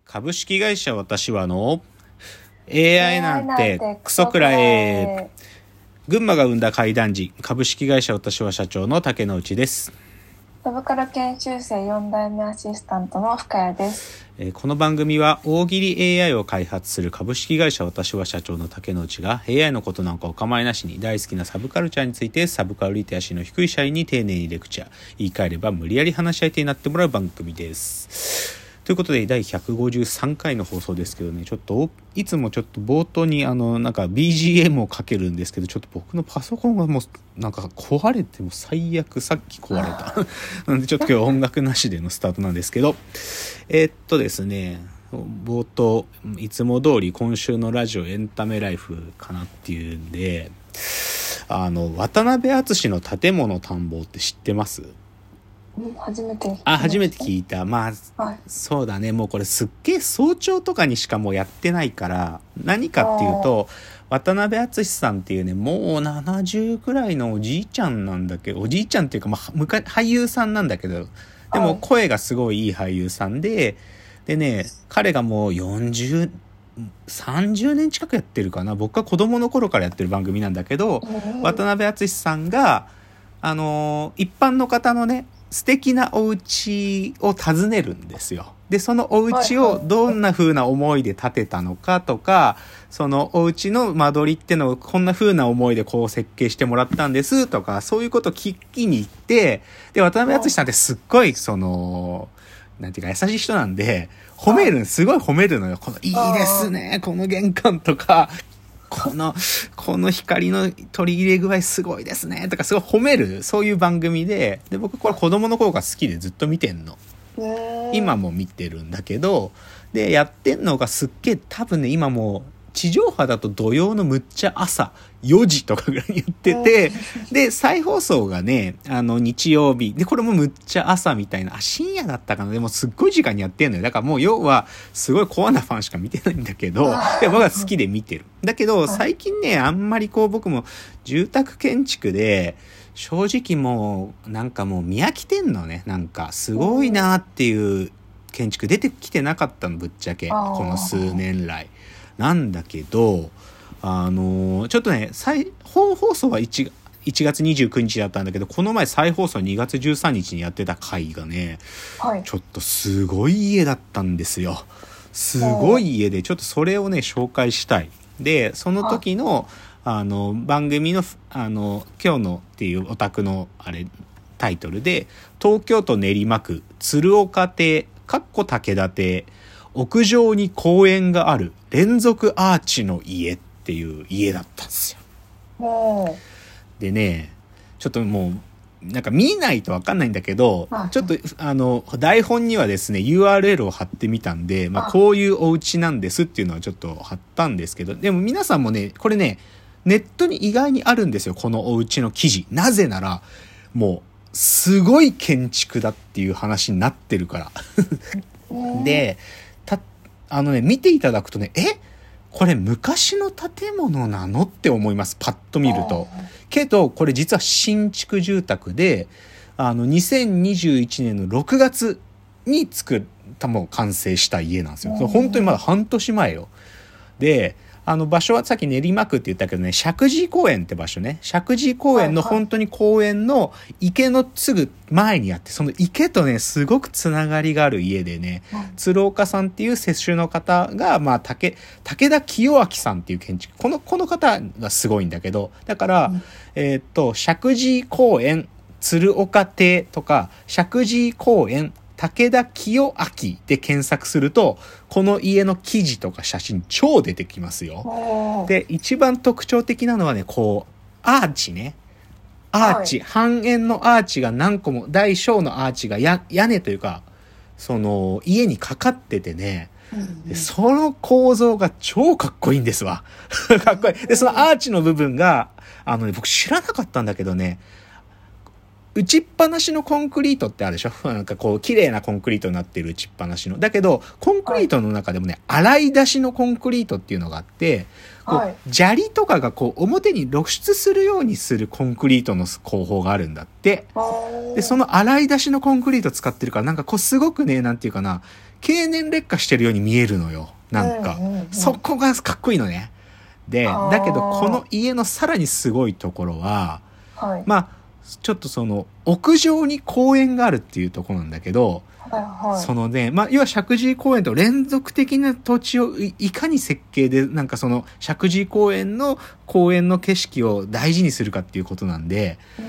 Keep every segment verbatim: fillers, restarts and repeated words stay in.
株式会社私はの エーアイ なんてクソくらえ。群馬が生んだ怪談時、株式会社私は社長の竹之内です。 サブカル研修生よん代目アシスタントの深谷です。 えー、この番組は大喜利 エーアイ を開発する株式会社私は社長の竹之内が エーアイ のことなんかお構いなしに大好きなサブカルチャーについてサブカルリテラシーの低い社員に丁寧にレクチャー、言い換えれば無理やり話し相手になってもらう番組です。ということで第ひゃくごじゅうさんかいの放送ですけどね、ちょっといつもちょっと冒頭にあのなんか ビージーエム をかけるんですけど、ちょっと僕のパソコンがもうなんか壊れても最悪、さっき壊れたなんでちょっと今日は音楽なしでのスタートなんですけど、えー、っとですね冒頭いつも通り今週のラジオエンタメライフかなっていうんで、あの渡辺篤の建物探訪って知ってます？ 初めて聞いた。 あ、初めて聞いた。まあ、はい、そうだね。もうこれすっげえ早朝とかにしかもうやってないから、何かっていうと、渡辺篤さんっていうね、もうななじゅうくらいのおじいちゃんなんだけど、おじいちゃんっていうか、まあ、俳優さんなんだけど、でも声がすごいいい俳優さんで、でね、彼がもうよんじゅう、さんじゅうねん近くやってるかな。僕は子供の頃からやってる番組なんだけど、渡辺篤さんが、あのー、一般の方のね、素敵なお家を訪ねるんですよ。で、そのお家をどんな風な思いで建てたのかとか、そのお家の間取りってのをこんな風な思いでこう設計してもらったんですとか、そういうことを聞きに行って、で、渡辺篤さんってすっごいその、なんていうか優しい人なんで、褒める、すごい褒めるのよ。このいいですね、この玄関とか、この、この光の取り入れ具合すごいですねとかすごい褒める、そういう番組で、で、僕これ子供の頃から好きでずっと見てんの。今も見てるんだけど、で、やってんのがすっげえ多分ね、今もう地上波だと土曜のむっちゃ朝よじとかぐらいにやってて、で、再放送がね、あの日曜日、で、これもむっちゃ朝みたいな、あ、深夜だったかな、でもすっごい時間にやってんのよ。だからもう要は、すごいコアなファンしか見てないんだけど、で僕は好きで見てる。だけど、最近ね、あんまりこう僕も住宅建築で、正直もう、なんかもう見飽きてんのね。なんか、すごいなっていう建築出てきてなかったの、ぶっちゃけ。この数年来。なんだけど、あのー、ちょっとね、再、本放送は 1, 1月にじゅうくにちだったんだけど、この前再放送にがつじゅうさんにちにやってた回がね、はい、ちょっとすごい家だったんですよ。すごい家で、ちょっとそれをね、紹介したい。で、その時の、あの、番組の、あの、今日のっていうオタクの、あれ、タイトルで、東京都練馬区鶴岡邸、かっこ武田邸、屋上に公園がある連続アーチの家っていう家だったんですよ。でね、ちょっともうなんか見ないと分かんないんだけど、ちょっとあの台本にはですね ユーアールエル を貼ってみたんで、まあ、こういうお家なんですっていうのはちょっと貼ったんですけど、でも皆さんもね、これねネットに意外にあるんですよ、このお家の記事。なぜならもうすごい建築だっていう話になってるからで、あのね、見ていただくとね、えこれ昔の建物なのって思います。パッと見ると。けど、これ実は新築住宅で、あの、にせんにじゅういちねんのろくがつに作った、もう完成した家なんですよ。本当にまだ半年前よ。で、あの場所はさっき練馬区って言ったけどね、石神井公園って場所ね。石神井公園の本当に公園の池のすぐ前にあって、その池とね、すごくつながりがある家でね、鶴岡さんっていう接種の方が、まあ、武、武田清明さんっていう建築。この、この方がすごいんだけど、だから、うん、えー、っと、石神井公園、鶴岡邸とか、石神井公園、武田清明で検索すると、この家の記事とか写真超出てきますよ。で、一番特徴的なのはね、こう、アーチね。アーチ、はい、半円のアーチが何個も、大小のアーチがや屋根というか、その、家にかかっててね、うんうん、でその構造が超かっこいいんですわ。かっこいい。で、そのアーチの部分が、あのね、僕知らなかったんだけどね、打ちっぱなしのコンクリートってあるでしょ、なんかこう綺麗なコンクリートになってる打ちっぱなしの。だけどコンクリートの中でもね、洗い出しのコンクリートっていうのがあって、こう砂利とかがこう表に露出するようにするコンクリートの工法があるんだって。でその洗い出しのコンクリート使ってるから、なんかこうすごくね、なんていうかな、 経年劣化してるように見えるのよ。なんか、 うんうんうん、 そこがかっこいいのね。で、だけどこの家のさらにすごいところは、 はい、 まあちょっとその屋上に公園があるっていうところなんだけど、 はいはい、 そのね、まあ、要は石神井公園と連続的な土地をいかに設計で、なんかその石神井公園の公園の景色を大事にするかっていうことなんで、 うん、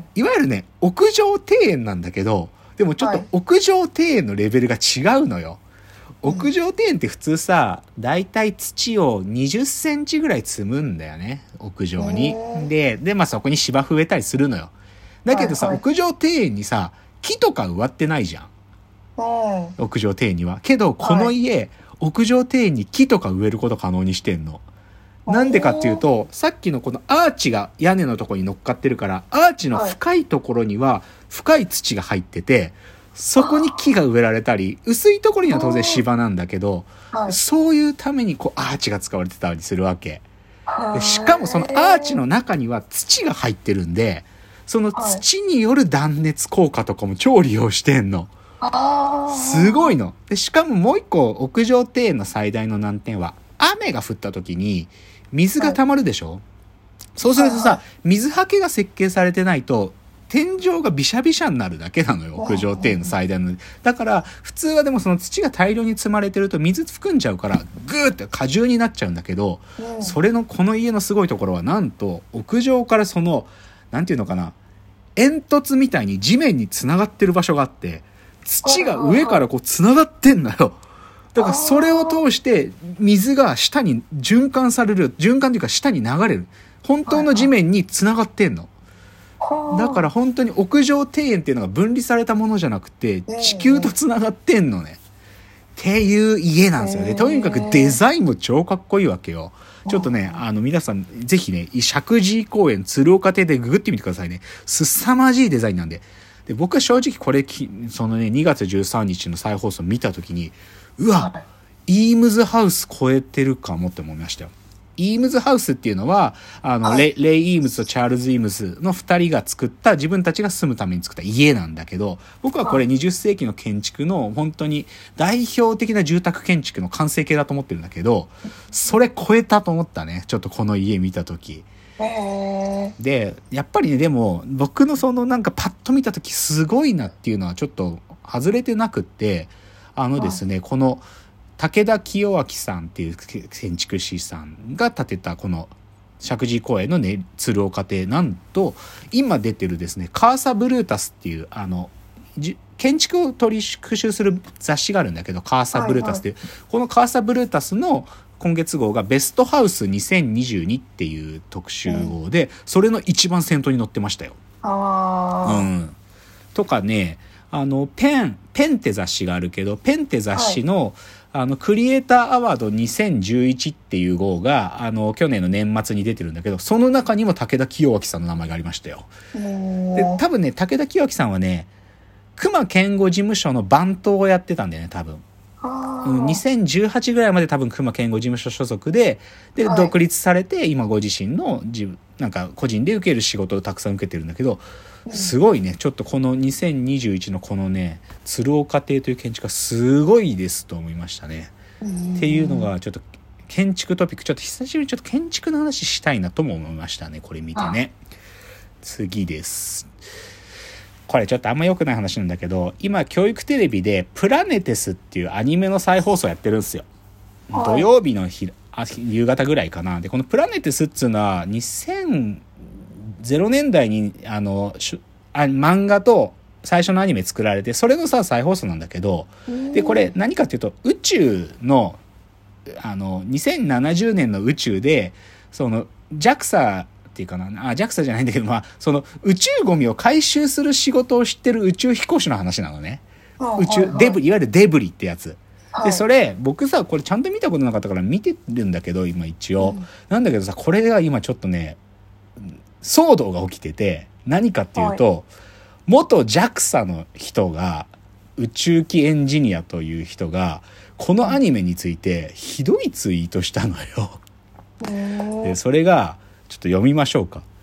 いわゆるね、屋上庭園なんだけど、でもちょっと屋上庭園のレベルが違うのよ。はい、屋上庭園って普通さ、だいたい土をにじゅっセンチぐらい積むんだよね、屋上に。で、で、まあ、そこに芝生植えたりするのよ。だけどさ、はいはい、屋上庭園にさ、木とか植わってないじゃん。屋上庭園には。けどこの家、はい、屋上庭園に木とか植えること可能にしてんの。なんでかっていうと、さっきのこのアーチが屋根のところに乗っかってるから、アーチの深いところには深い土が入ってて、そこに木が植えられたり、薄いところには当然芝なんだけど、そういうためにこうアーチが使われてたりするわけ。でしかもそのアーチの中には土が入ってるんで、その土による断熱効果とかも超利用してんの。すごいの。で、しかももう一個屋上庭園の最大の難点は、雨が降った時に水が溜まるでしょ、はい、そうするとさ、水はけが設計されてないと天井がビシャビシャになるだけなのよ、屋上庭園の最大の。だから普通はでもその土が大量に積まれてると水含んじゃうからグーって荷重になっちゃうんだけど、それのこの家のすごいところはなんと屋上からそのなんていうのかな、煙突みたいに地面につながってる場所があって、土が上からこう繋がってんのよ。だからそれを通して水が下に循環される、循環というか下に流れる。本当の地面に繋がってんの。だから本当に屋上庭園っていうのが分離されたものじゃなくて、地球と繋がってんのね。っていう家なんですよね。とにかくデザインも超かっこいいわけよ。ちょっとね、あの皆さんぜひね、石神井公園鶴岡邸でググってみてくださいね。凄まじいデザインなんで。で、僕は正直これそのねにがつじゅうさんにちの再放送見たときに、うわ、イームズハウス超えてるかもって思いましたよ。イームズハウスっていうのはあの、はい、レ, レイ・イームズとチャールズ・イームズのふたりが作った自分たちが住むために作った家なんだけど、僕はこれにじゅっせいきの建築の本当に代表的な住宅建築の完成形だと思ってるんだけど、それ超えたと思ったね、ちょっとこの家見た時。でやっぱりね、でも僕のそのなんかパッと見た時すごいなっていうのはちょっと外れてなくって、あのですね、この武田清明さんっていう建築士さんが建てたこの石神井公園の、ね、鶴岡邸、なんと今出てるですねカーサブルータスっていうあの建築を取り復習する雑誌があるんだけど、カーサブルータスっていう、はいはい、このカーサブルータスの今月号がベストハウスにせんにじゅうにっていう特集号で、うん、それの一番先頭に載ってましたよ。あ、うん、とかね、あのペンペンって雑誌があるけど、ペンって雑誌の、はい、あのクリエイターアワードにせんじゅういちっていう号があの去年の年末に出てるんだけど、その中にも武田清明さんの名前がありましたよ。で多分ね、武田清明さんはね熊健吾事務所の番頭をやってたんだよね、多分。うん、にせんじゅうはちぐらいまで多分熊健吾事務所所属で、で、はい、独立されて今ご自身の自分なんか個人で受ける仕事をたくさん受けてるんだけど、すごいね、ちょっとこのにせんにじゅういちのこのね鶴岡邸という建築がすごいですと思いましたね。っていうのがちょっと建築トピック、ちょっと久しぶりにちょっと建築の話したいなとも思いましたね、これ見てね。次です。これちょっとあんま良くない話なんだけど、今教育テレビでプラネテスっていうアニメの再放送やってるんですよ。土曜日のひあ夕方ぐらいかな。でこのプラネテスっていうのはにせんねんだいにあのあ漫画と最初のアニメ作られて、それのさ再放送なんだけど、でこれ何かっていうと宇宙のあのにせんななじゅうねんの宇宙でその ジャクサっていうかなあ ジャクサ じゃないんだけど、まあその宇宙ゴミを回収する仕事を知ってる宇宙飛行士の話なのね。宇宙デブいわゆるデブリってやつで、それ僕さこれちゃんと見たことなかったから見てるんだけど今一応、うん、なんだけどさ、これが今ちょっとね騒動が起きてて、何かっていうと、はい、元 ジャクサ の人が宇宙機エンジニアという人がこのアニメについてひどいツイートしたのよ。でそれがちょっと読みましょうか。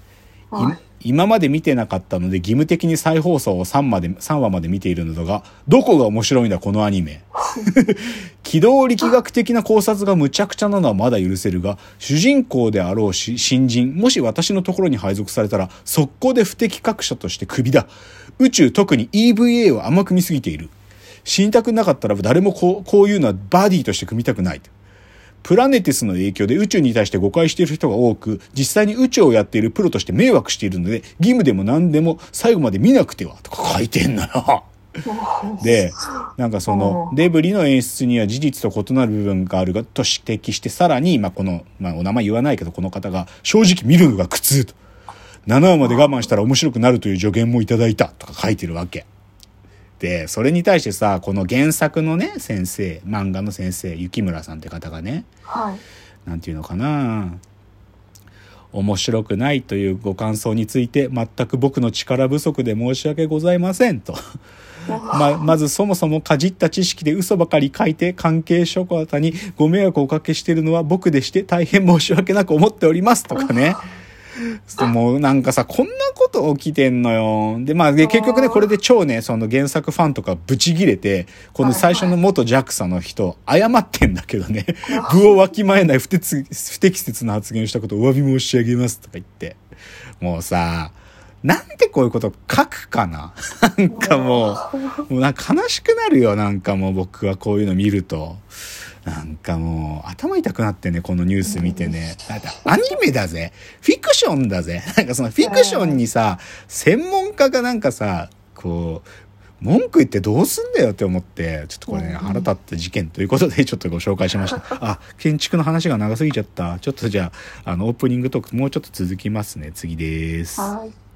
はい、 今まで見てなかったので義務的に再放送をさんまでさんわまで見ているのだが、どこが面白いんだこのアニメ機動力学的な考察がむちゃくちゃなのはまだ許せるが、主人公であろうし新人、もし私のところに配属されたら速攻で不適格者としてクビだ。宇宙、特に イーブイエー を甘く見すぎている。死にたくなかったら誰もこう、こういうのはバディとして組みたくない。プラネティスの影響で宇宙に対して誤解している人が多く、実際に宇宙をやっているプロとして迷惑しているので、義務でも何でも最後まで見なくてはとか書いてんのよで、なんかそのデブリの演出には事実と異なる部分があるがと指摘して、さらに、まあ、この、まあ、お名前言わないけどこの方が正直見るのが苦痛と、ななわまで我慢したら面白くなるという助言もいただいたとか書いてるわけで、それに対してさ、この原作のね先生、漫画の先生雪村さんって方がね、 はい、 なんていうのかな、面白くないというご感想について全く僕の力不足で申し訳ございませんとま, まずそもそもかじった知識で嘘ばかり書いて関係諸方にご迷惑をおかけしているのは僕でして大変申し訳なく思っておりますとかねもうなんかさ、こんなこと起きてんのよ。で、まあ、で結局ね、これで超ね、その原作ファンとかブチギレて、この最初の元 ジャクサ の人、謝ってんだけどね、部をわきまえない不適不適切な発言をしたことをお詫び申し上げますとか言って、もうさ、なんでこういうこと書くかななんかもう、もうなんか悲しくなるよ、なんかもう僕はこういうの見ると。なんかもう頭痛くなってね、このニュース見てね。だってアニメだぜ、フィクションだぜ。なんかそのフィクションにさ、専門家がなんかさ、こう文句言ってどうすんだよって思って、ちょっとこれね、腹立った事件ということでちょっとご紹介しました。あ、建築の話が長すぎちゃった。ちょっとじゃあ、あのオープニングトークもうちょっと続きますね。次です。 はい。